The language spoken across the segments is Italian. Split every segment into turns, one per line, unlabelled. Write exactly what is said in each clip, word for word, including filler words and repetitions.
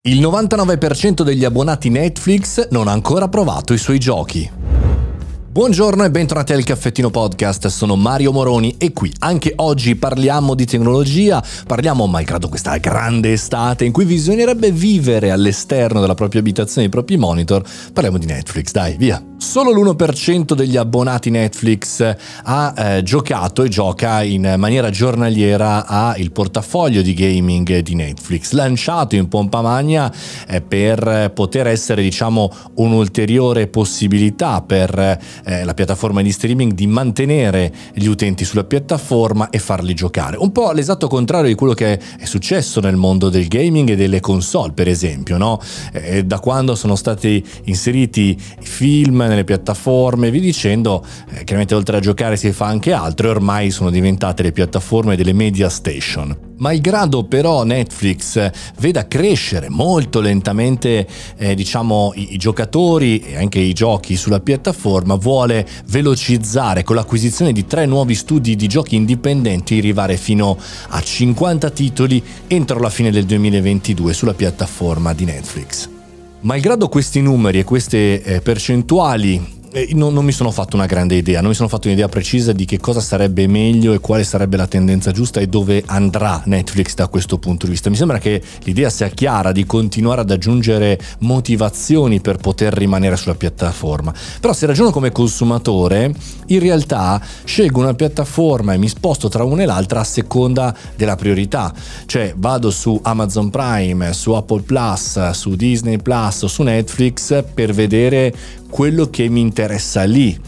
Il novantanove per cento degli abbonati Netflix non ha ancora provato i suoi giochi. Buongiorno e bentornati al Caffettino Podcast, sono Mario Moroni e qui anche oggi parliamo di tecnologia, parliamo malgrado questa grande estate in cui bisognerebbe vivere all'esterno della propria abitazione, dei propri monitor, parliamo di Netflix, dai, via. Solo l'uno per cento degli abbonati Netflix ha eh, giocato e gioca in maniera giornaliera al portafoglio di gaming di Netflix, lanciato in pompa magna eh, per poter essere, diciamo, un'ulteriore possibilità per eh, la piattaforma di streaming di mantenere gli utenti sulla piattaforma e farli giocare. Un po' l'esatto contrario di quello che è successo nel mondo del gaming e delle console, per esempio, no? Eh, da quando sono stati inseriti film nelle piattaforme, vi dicendo, eh, chiaramente oltre a giocare si fa anche altro e ormai sono diventate le piattaforme delle media station. Malgrado però Netflix veda crescere molto lentamente eh, diciamo i, i giocatori e anche i giochi sulla piattaforma, vuole velocizzare con l'acquisizione di tre nuovi studi di giochi indipendenti e arrivare fino a cinquanta titoli entro la fine del duemilaventidue sulla piattaforma di Netflix. Malgrado questi numeri e queste eh, percentuali, eh, non, non mi sono fatto una grande idea, non mi sono fatto un'idea precisa di che cosa sarebbe meglio e quale sarebbe la tendenza giusta e dove andrà Netflix da questo punto di vista. Mi sembra che l'idea sia chiara di continuare ad aggiungere motivazioni per poter rimanere sulla piattaforma. Però se ragiono come consumatore, in realtà scelgo una piattaforma e mi sposto tra una e l'altra a seconda della priorità. Cioè vado su Amazon Prime, su Apple Plus, su Disney Plus o su Netflix per vedere quello che mi interessa lì.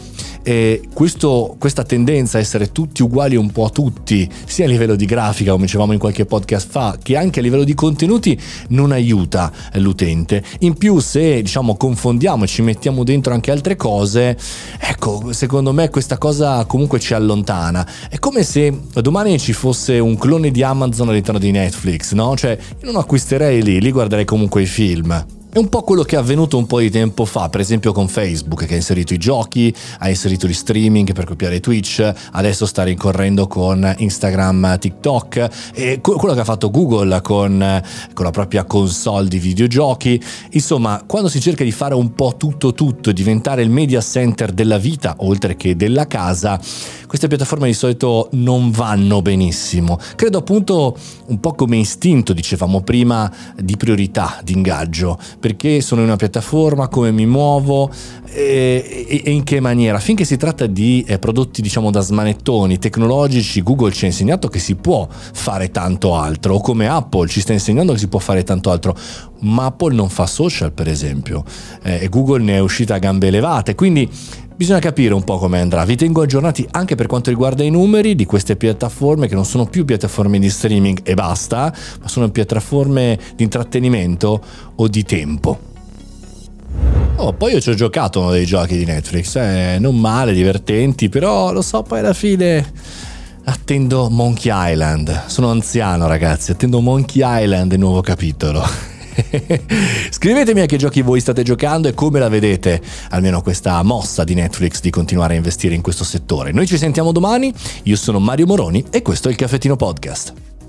E questo, questa tendenza a essere tutti uguali un po' a tutti, sia a livello di grafica, come dicevamo in qualche podcast fa, che anche a livello di contenuti, non aiuta l'utente. In più, se diciamo confondiamo e ci mettiamo dentro anche altre cose, ecco, secondo me questa cosa comunque ci allontana. È come se domani ci fosse un clone di Amazon all'interno di Netflix, no? Cioè, io non acquisterei lì, lì guarderei comunque i film. È un po' quello che è avvenuto un po' di tempo fa, per esempio con Facebook, che ha inserito i giochi, ha inserito gli streaming per copiare Twitch, adesso sta rincorrendo con Instagram, TikTok, e quello che ha fatto Google con, con la propria console di videogiochi. Insomma, quando si cerca di fare un po' tutto tutto e diventare il media center della vita, oltre che della casa, queste piattaforme di solito non vanno benissimo. Credo appunto un po' come istinto, dicevamo prima, di priorità, di ingaggio. Perché sono in una piattaforma, come mi muovo e, e, e in che maniera. Finché si tratta di eh, prodotti diciamo da smanettoni tecnologici, Google ci ha insegnato che si può fare tanto altro, o come Apple ci sta insegnando che si può fare tanto altro, ma Apple non fa social, per esempio, eh, e Google ne è uscita a gambe levate, quindi bisogna capire un po' come andrà. Vi tengo aggiornati anche per quanto riguarda i numeri di queste piattaforme, che non sono più piattaforme di streaming e basta, ma sono piattaforme di intrattenimento o di tempo. Oh, poi io ci ho giocato uno dei giochi di Netflix, eh, non male, divertenti, però lo so, poi alla fine attendo Monkey Island. Sono anziano, ragazzi, attendo Monkey Island, il nuovo capitolo. Scrivetemi a che giochi voi state giocando e come la vedete almeno questa mossa di Netflix di continuare a investire in questo settore. Noi ci sentiamo domani, io sono Mario Moroni e questo è il Caffettino Podcast.